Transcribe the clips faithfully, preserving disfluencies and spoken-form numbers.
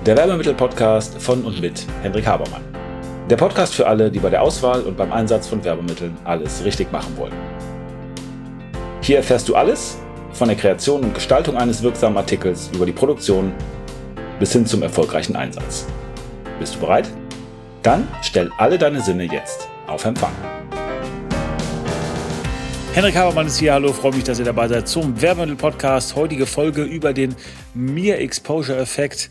der Werbemittel-Podcast von und mit Hendrik Habermann. Der Podcast für alle, die bei der Auswahl und beim Einsatz von Werbemitteln alles richtig machen wollen. Hier erfährst du alles von der Kreation und Gestaltung eines wirksamen Artikels über die Produktion bis hin zum erfolgreichen Einsatz. Bist du bereit? Dann stell alle deine Sinne jetzt auf Empfang. Hendrik Habermann ist hier, hallo, freue mich, dass ihr dabei seid zum Werbemittel-Podcast. Heutige Folge über den Mere-Exposure-Effekt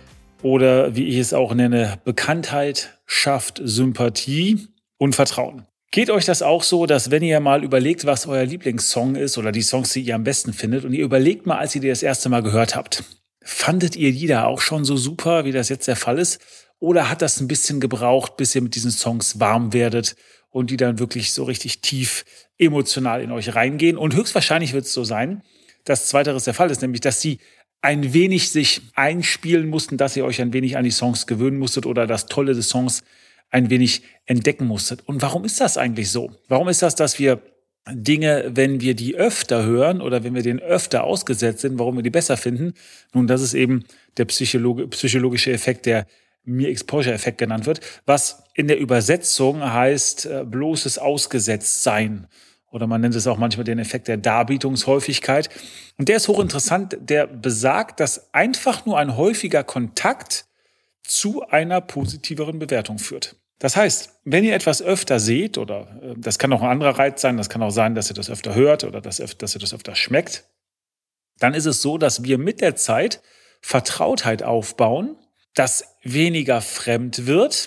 oder wie ich es auch nenne, Bekanntheit schafft Sympathie und Vertrauen. Geht euch das auch so, dass wenn ihr mal überlegt, was euer Lieblingssong ist oder die Songs, die ihr am besten findet und ihr überlegt mal, als ihr die das erste Mal gehört habt, fandet ihr die da auch schon so super, wie das jetzt der Fall ist? Oder hat das ein bisschen gebraucht, bis ihr mit diesen Songs warm werdet und die dann wirklich so richtig tief emotional in euch reingehen? Und höchstwahrscheinlich wird es so sein, dass zweiteres der Fall ist, nämlich dass sie ein wenig sich einspielen mussten, dass ihr euch ein wenig an die Songs gewöhnen musstet oder das Tolle des Songs ein wenig entdecken musstet. Und warum ist das eigentlich so? Warum ist das, dass wir Dinge, wenn wir die öfter hören oder wenn wir denen öfter ausgesetzt sind, warum wir die besser finden? Nun, das ist eben der Psychologe, psychologische Effekt, der Mere-Exposure-Effekt genannt wird, was in der Übersetzung heißt äh, bloßes Ausgesetztsein. Oder man nennt es auch manchmal den Effekt der Darbietungshäufigkeit. Und der ist hochinteressant, der besagt, dass einfach nur ein häufiger Kontakt zu einer positiveren Bewertung führt. Das heißt, wenn ihr etwas öfter seht, oder äh, das kann auch ein anderer Reiz sein, das kann auch sein, dass ihr das öfter hört oder dass, dass ihr das öfter schmeckt, dann ist es so, dass wir mit der Zeit Vertrautheit aufbauen, das weniger fremd wird,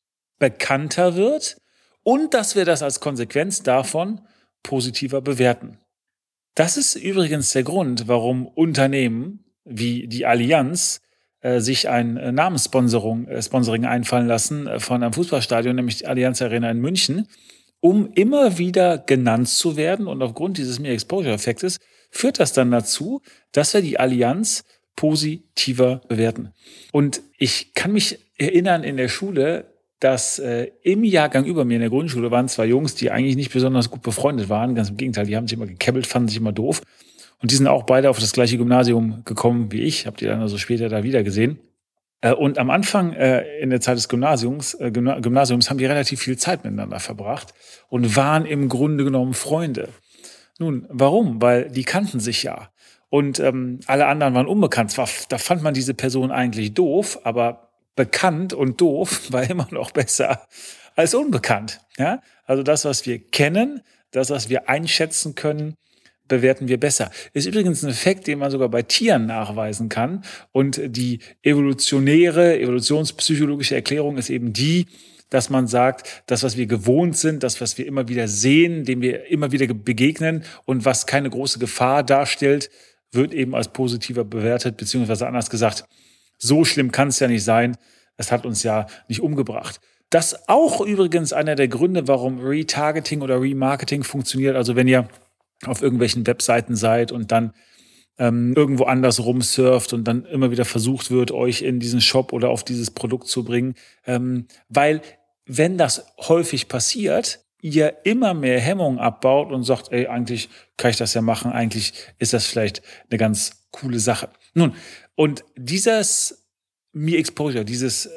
bekannter wird und dass wir das als Konsequenz davon positiver bewerten. Das ist übrigens der Grund, warum Unternehmen wie die Allianz äh, sich ein äh, Namenssponsoring äh, Sponsoring einfallen lassen äh, von einem Fußballstadion, nämlich die Allianz Arena in München, um immer wieder genannt zu werden. Und aufgrund dieses Mere-Exposure-Effektes führt das dann dazu, dass wir die Allianz positiver bewerten. Und ich kann mich erinnern in der Schule, dass äh, im Jahrgang über mir in der Grundschule waren zwei Jungs, die eigentlich nicht besonders gut befreundet waren. Ganz im Gegenteil, die haben sich immer gekebbelt, fanden sich immer doof. Und die sind auch beide auf das gleiche Gymnasium gekommen wie ich. Hab die dann also später da wieder gesehen. Äh, und am Anfang äh, in der Zeit des Gymnasiums, äh, Gymnasiums haben die relativ viel Zeit miteinander verbracht und waren im Grunde genommen Freunde. Nun, warum? Weil die kannten sich ja. Und ähm, alle anderen waren unbekannt. Zwar, da fand man diese Person eigentlich doof, aber bekannt und doof war immer noch besser als unbekannt. Ja? Also das, was wir kennen, das, was wir einschätzen können, bewerten wir besser. Ist übrigens ein Effekt, den man sogar bei Tieren nachweisen kann. Und die evolutionäre, evolutionspsychologische Erklärung ist eben die, dass man sagt, das, was wir gewohnt sind, das, was wir immer wieder sehen, dem wir immer wieder begegnen und was keine große Gefahr darstellt, wird eben als positiver bewertet, beziehungsweise anders gesagt, so schlimm kann es ja nicht sein, es hat uns ja nicht umgebracht. Das ist auch übrigens einer der Gründe, warum Retargeting oder Remarketing funktioniert. Also wenn ihr auf irgendwelchen Webseiten seid und dann ähm, irgendwo anders rumsurft und dann immer wieder versucht wird, euch in diesen Shop oder auf dieses Produkt zu bringen. Ähm, weil wenn das häufig passiert, ihr immer mehr Hemmungen abbaut und sagt, ey, eigentlich kann ich das ja machen, eigentlich ist das vielleicht eine ganz coole Sache. Nun, und dieses Mere-Exposure, dieses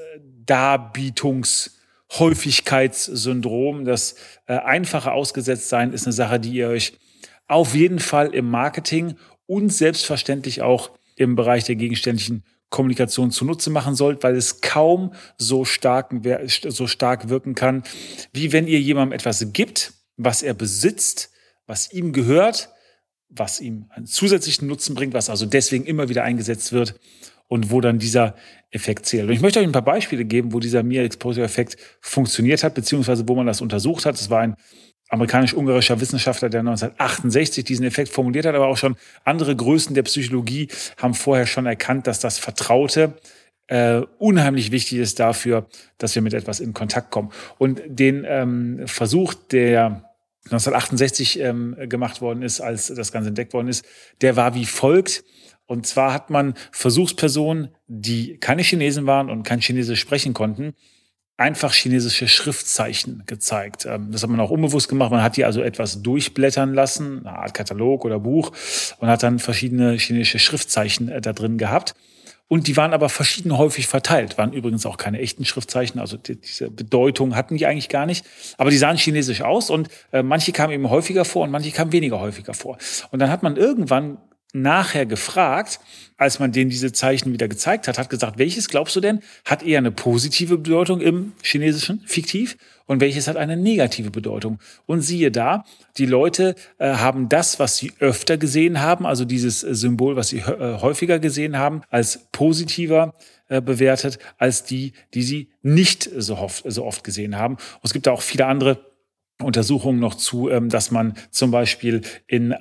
Darbietungshäufigkeitssyndrom, das äh, einfache Ausgesetztsein, ist eine Sache, die ihr euch auf jeden Fall im Marketing und selbstverständlich auch im Bereich der gegenständlichen Kommunikation zunutze machen sollt, weil es kaum so stark, so stark wirken kann, wie wenn ihr jemandem etwas gibt, was er besitzt, was ihm gehört, was ihm einen zusätzlichen Nutzen bringt, was also deswegen immer wieder eingesetzt wird und wo dann dieser Effekt zählt. Und ich möchte euch ein paar Beispiele geben, wo dieser Mere-Exposure-Effekt funktioniert hat, beziehungsweise wo man das untersucht hat. Es war ein amerikanisch-ungarischer Wissenschaftler, der neunzehnhundertachtundsechzig diesen Effekt formuliert hat, aber auch schon andere Größen der Psychologie haben vorher schon erkannt, dass das Vertraute äh, unheimlich wichtig ist dafür, dass wir mit etwas in Kontakt kommen. Und den ähm, Versuch, der neunzehnhundertachtundsechzig ähm, gemacht worden ist, als das Ganze entdeckt worden ist, der war wie folgt. Und zwar hat man Versuchspersonen, die keine Chinesen waren und kein Chinesisch sprechen konnten, einfach chinesische Schriftzeichen gezeigt. Das hat man auch unbewusst gemacht. Man hat die also etwas durchblättern lassen, eine Art Katalog oder Buch, und hat dann verschiedene chinesische Schriftzeichen da drin gehabt. Und die waren aber verschieden häufig verteilt, waren übrigens auch keine echten Schriftzeichen, also die, diese Bedeutung hatten die eigentlich gar nicht. Aber die sahen chinesisch aus und äh, manche kamen eben häufiger vor und manche kamen weniger häufiger vor. Und dann hat man irgendwann nachher gefragt, als man denen diese Zeichen wieder gezeigt hat, hat gesagt, welches glaubst du denn, hat eher eine positive Bedeutung im Chinesischen, fiktiv, und welches hat eine negative Bedeutung. Und siehe da, die Leute äh, haben das, was sie öfter gesehen haben, also dieses äh, Symbol, was sie äh, häufiger gesehen haben, als positiver äh, bewertet, als die, die sie nicht so oft, so oft gesehen haben. Und es gibt da auch viele andere Untersuchungen noch zu, dass man zum Beispiel in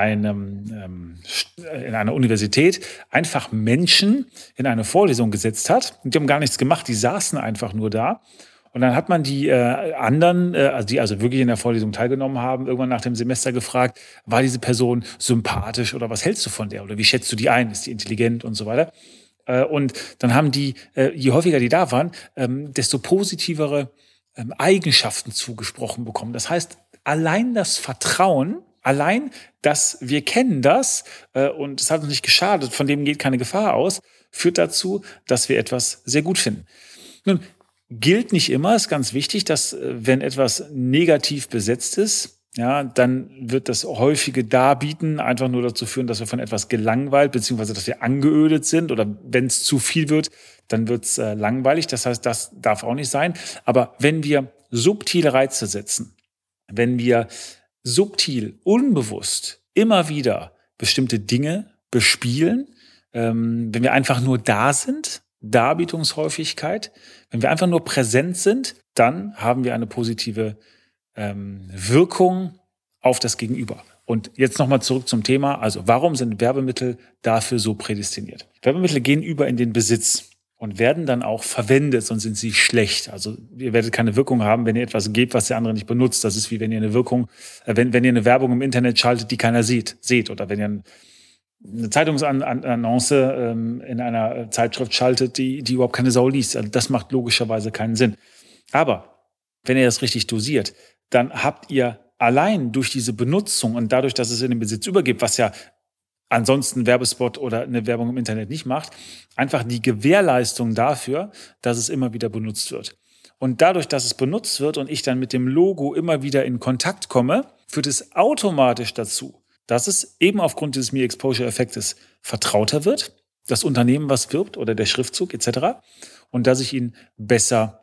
einem in einer Universität einfach Menschen in eine Vorlesung gesetzt hat. Und die haben gar nichts gemacht, die saßen einfach nur da. Und dann hat man die äh, anderen, äh, also die also wirklich in der Vorlesung teilgenommen haben, irgendwann nach dem Semester gefragt, war diese Person sympathisch oder was hältst du von der? Oder wie schätzt du die ein? Ist die intelligent und so weiter? Äh, und dann haben die, äh, je häufiger die da waren, ähm, desto positivere Eigenschaften zugesprochen bekommen. Das heißt, allein das Vertrauen, allein, dass wir kennen das äh, und es hat uns nicht geschadet, von dem geht keine Gefahr aus, führt dazu, dass wir etwas sehr gut finden. Nun, gilt nicht immer, ist ganz wichtig, dass äh, wenn etwas negativ besetzt ist, ja, dann wird das häufige Darbieten einfach nur dazu führen, dass wir von etwas gelangweilt, beziehungsweise dass wir angeödet sind oder wenn es zu viel wird, dann wird es äh, langweilig. Das heißt, das darf auch nicht sein. Aber wenn wir subtile Reize setzen, wenn wir subtil, unbewusst immer wieder bestimmte Dinge bespielen, ähm, wenn wir einfach nur da sind, Darbietungshäufigkeit, wenn wir einfach nur präsent sind, dann haben wir eine positive ähm, Wirkung auf das Gegenüber. Und jetzt nochmal zurück zum Thema. Also warum sind Werbemittel dafür so prädestiniert? Werbemittel gehen über in den Besitz und werden dann auch verwendet, sonst sind sie schlecht. Also ihr werdet keine Wirkung haben, wenn ihr etwas gebt, was der andere nicht benutzt. Das ist wie wenn ihr eine Wirkung, äh, wenn, wenn ihr eine Werbung im Internet schaltet, die keiner sieht, seht. Oder wenn ihr ein, eine Zeitungsannonce ähm, in einer Zeitschrift schaltet, die, die überhaupt keine Sau liest. Also das macht logischerweise keinen Sinn. Aber wenn ihr das richtig dosiert, dann habt ihr allein durch diese Benutzung und dadurch, dass es in den Besitz übergibt, was ja ansonsten ein Werbespot oder eine Werbung im Internet nicht macht, einfach die Gewährleistung dafür, dass es immer wieder benutzt wird. Und dadurch, dass es benutzt wird und ich dann mit dem Logo immer wieder in Kontakt komme, führt es automatisch dazu, dass es eben aufgrund dieses Me-Exposure-Effektes vertrauter wird, das Unternehmen, was wirbt oder der Schriftzug et cetera, und dass ich ihn besser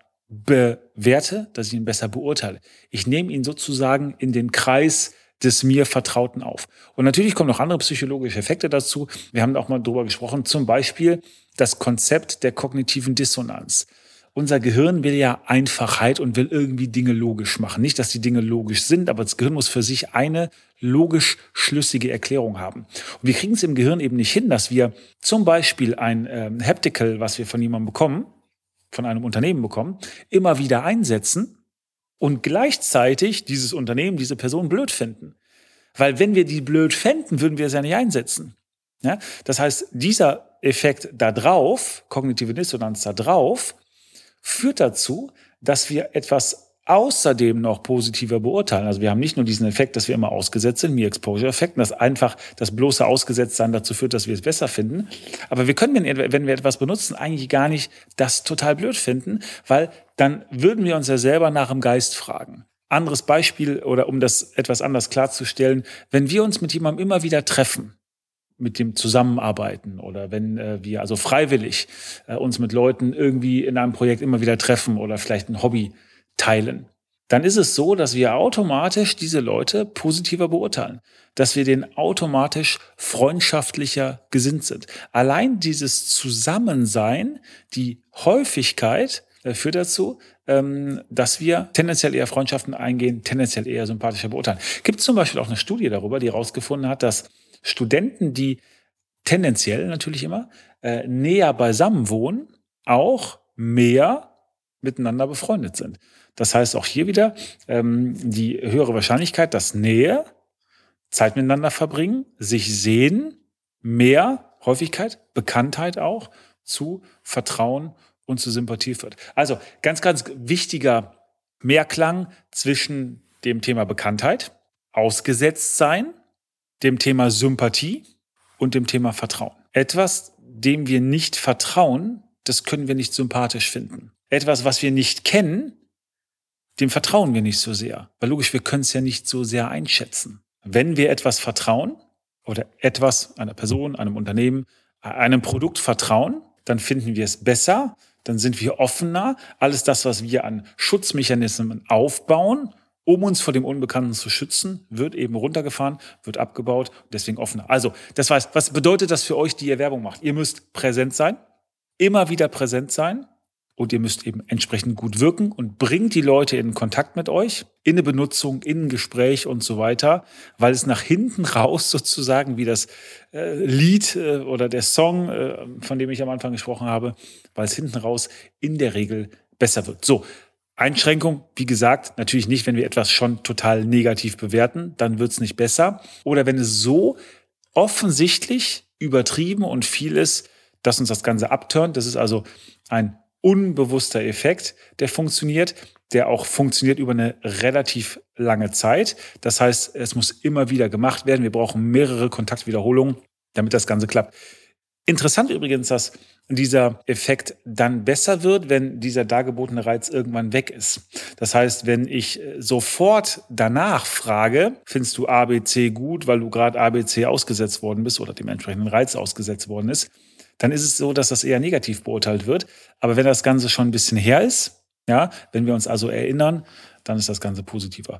bewerte, dass ich ihn besser beurteile. Ich nehme ihn sozusagen in den Kreis des mir Vertrauten auf. Und natürlich kommen noch andere psychologische Effekte dazu. Wir haben auch mal drüber gesprochen, zum Beispiel das Konzept der kognitiven Dissonanz. Unser Gehirn will ja Einfachheit und will irgendwie Dinge logisch machen. Nicht, dass die Dinge logisch sind, aber das Gehirn muss für sich eine logisch schlüssige Erklärung haben. Und wir kriegen es im Gehirn eben nicht hin, dass wir zum Beispiel ein ähm, Haptical, was wir von jemandem bekommen, von einem Unternehmen bekommen, immer wieder einsetzen und gleichzeitig dieses Unternehmen, diese Person blöd finden. Weil wenn wir die blöd fänden, würden wir es ja nicht einsetzen. Ja? Das heißt, dieser Effekt da drauf, kognitive Dissonanz da drauf, führt dazu, dass wir etwas außerdem noch positiver beurteilen. Also wir haben nicht nur diesen Effekt, dass wir immer ausgesetzt sind, Me-Exposure-Effekt, dass einfach das bloße Ausgesetztsein dazu führt, dass wir es besser finden. Aber wir können, wenn wir etwas benutzen, eigentlich gar nicht das total blöd finden, weil dann würden wir uns ja selber nach dem Geist fragen. Anderes Beispiel, oder um das etwas anders klarzustellen, wenn wir uns mit jemandem immer wieder treffen, mit dem zusammenarbeiten oder wenn äh, wir also freiwillig äh, uns mit Leuten irgendwie in einem Projekt immer wieder treffen oder vielleicht ein Hobby teilen, dann ist es so, dass wir automatisch diese Leute positiver beurteilen, dass wir denen automatisch freundschaftlicher gesinnt sind. Allein dieses Zusammensein, die Häufigkeit äh, führt dazu, ähm, dass wir tendenziell eher Freundschaften eingehen, tendenziell eher sympathischer beurteilen. Gibt es zum Beispiel auch eine Studie darüber, die herausgefunden hat, dass Studenten, die tendenziell natürlich immer äh, näher beisammen wohnen, auch mehr miteinander befreundet sind. Das heißt auch hier wieder ähm, die höhere Wahrscheinlichkeit, dass Nähe, Zeit miteinander verbringen, sich sehen, mehr Häufigkeit, Bekanntheit auch zu Vertrauen und zu Sympathie führt. Also ganz, ganz wichtiger Mehrklang zwischen dem Thema Bekanntheit, Ausgesetztsein, dem Thema Sympathie und dem Thema Vertrauen. Etwas, dem wir nicht vertrauen, das können wir nicht sympathisch finden. Etwas, was wir nicht kennen, dem vertrauen wir nicht so sehr. Weil logisch, wir können es ja nicht so sehr einschätzen. Wenn wir etwas vertrauen oder etwas einer Person, einem Unternehmen, einem Produkt vertrauen, dann finden wir es besser, dann sind wir offener. Alles das, was wir an Schutzmechanismen aufbauen, um uns vor dem Unbekannten zu schützen, wird eben runtergefahren, wird abgebaut und deswegen offener. Also, das heißt, was bedeutet das für euch, die ihr Werbung macht? Ihr müsst präsent sein, immer wieder präsent sein und ihr müsst eben entsprechend gut wirken und bringt die Leute in Kontakt mit euch, in eine Benutzung, in ein Gespräch und so weiter, weil es nach hinten raus sozusagen wie das äh, Lied äh, oder der Song, äh, von dem ich am Anfang gesprochen habe, weil es hinten raus in der Regel besser wird. So, Einschränkung, wie gesagt, natürlich nicht, wenn wir etwas schon total negativ bewerten, dann wird es nicht besser. Oder wenn es so offensichtlich übertrieben und viel ist, dass uns das Ganze abturnt. Das ist also ein unbewusster Effekt, der funktioniert, der auch funktioniert über eine relativ lange Zeit. Das heißt, es muss immer wieder gemacht werden. Wir brauchen mehrere Kontaktwiederholungen, damit das Ganze klappt. Interessant übrigens, dass dieser Effekt dann besser wird, wenn dieser dargebotene Reiz irgendwann weg ist. Das heißt, wenn ich sofort danach frage, findest du A B C gut, weil du gerade A B C ausgesetzt worden bist oder dem entsprechenden Reiz ausgesetzt worden ist, dann ist es so, dass das eher negativ beurteilt wird. Aber wenn das Ganze schon ein bisschen her ist, ja, wenn wir uns also erinnern, dann ist das Ganze positiver.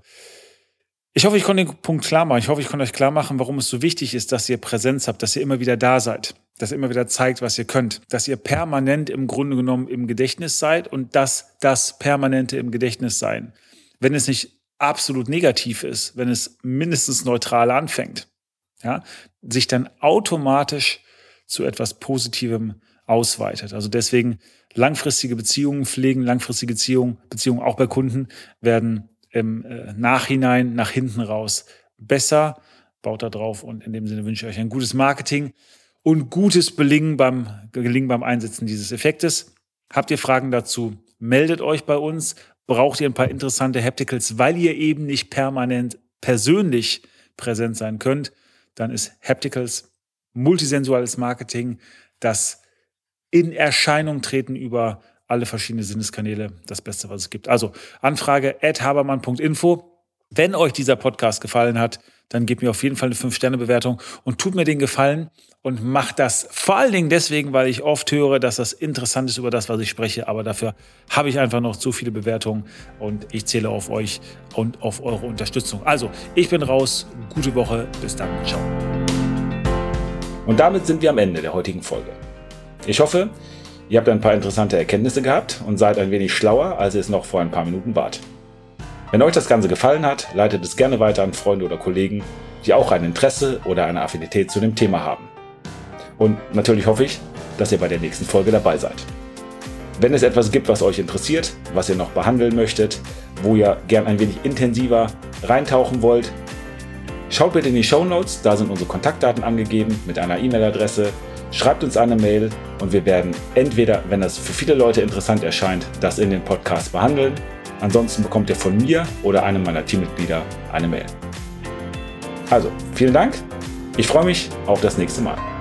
Ich hoffe, ich konnte den Punkt klar machen. Ich hoffe, ich konnte euch klar machen, warum es so wichtig ist, dass ihr Präsenz habt, dass ihr immer wieder da seid, dass ihr immer wieder zeigt, was ihr könnt, dass ihr permanent im Grunde genommen im Gedächtnis seid und dass das permanente im Gedächtnis sein, wenn es nicht absolut negativ ist, wenn es mindestens neutral anfängt, ja, sich dann automatisch zu etwas Positivem ausweitet. Also deswegen langfristige Beziehungen pflegen, langfristige Beziehungen, Beziehungen auch bei Kunden werden im äh, Nachhinein, nach hinten raus besser. Baut da drauf und in dem Sinne wünsche ich euch ein gutes Marketing und gutes Gelingen beim, Gelingen beim Einsetzen dieses Effektes. Habt ihr Fragen dazu? Meldet euch bei uns. Braucht ihr ein paar interessante Hapticals, weil ihr eben nicht permanent persönlich präsent sein könnt, dann ist Hapticals multisensuales Marketing, das in Erscheinung treten über alle verschiedene Sinneskanäle, das Beste, was es gibt. Also Anfrage at habermann punkt info. Wenn euch dieser Podcast gefallen hat, dann gebt mir auf jeden Fall eine fünf Sterne Bewertung und tut mir den Gefallen und macht das vor allen Dingen deswegen, weil ich oft höre, dass das interessant ist über das, was ich spreche, aber dafür habe ich einfach noch zu viele Bewertungen und ich zähle auf euch und auf eure Unterstützung. Also, ich bin raus, gute Woche, bis dann, ciao. Und damit sind wir am Ende der heutigen Folge. Ich hoffe, ihr habt ein paar interessante Erkenntnisse gehabt und seid ein wenig schlauer, als ihr es noch vor ein paar Minuten wart. Wenn euch das Ganze gefallen hat, leitet es gerne weiter an Freunde oder Kollegen, die auch ein Interesse oder eine Affinität zu dem Thema haben. Und natürlich hoffe ich, dass ihr bei der nächsten Folge dabei seid. Wenn es etwas gibt, was euch interessiert, was ihr noch behandeln möchtet, wo ihr gern ein wenig intensiver reintauchen wollt, schaut bitte in die Shownotes, da sind unsere Kontaktdaten angegeben mit einer E-Mail-Adresse. Schreibt uns eine Mail und wir werden entweder, wenn das für viele Leute interessant erscheint, das in den Podcast behandeln. Ansonsten bekommt ihr von mir oder einem meiner Teammitglieder eine Mail. Also, vielen Dank. Ich freue mich auf das nächste Mal.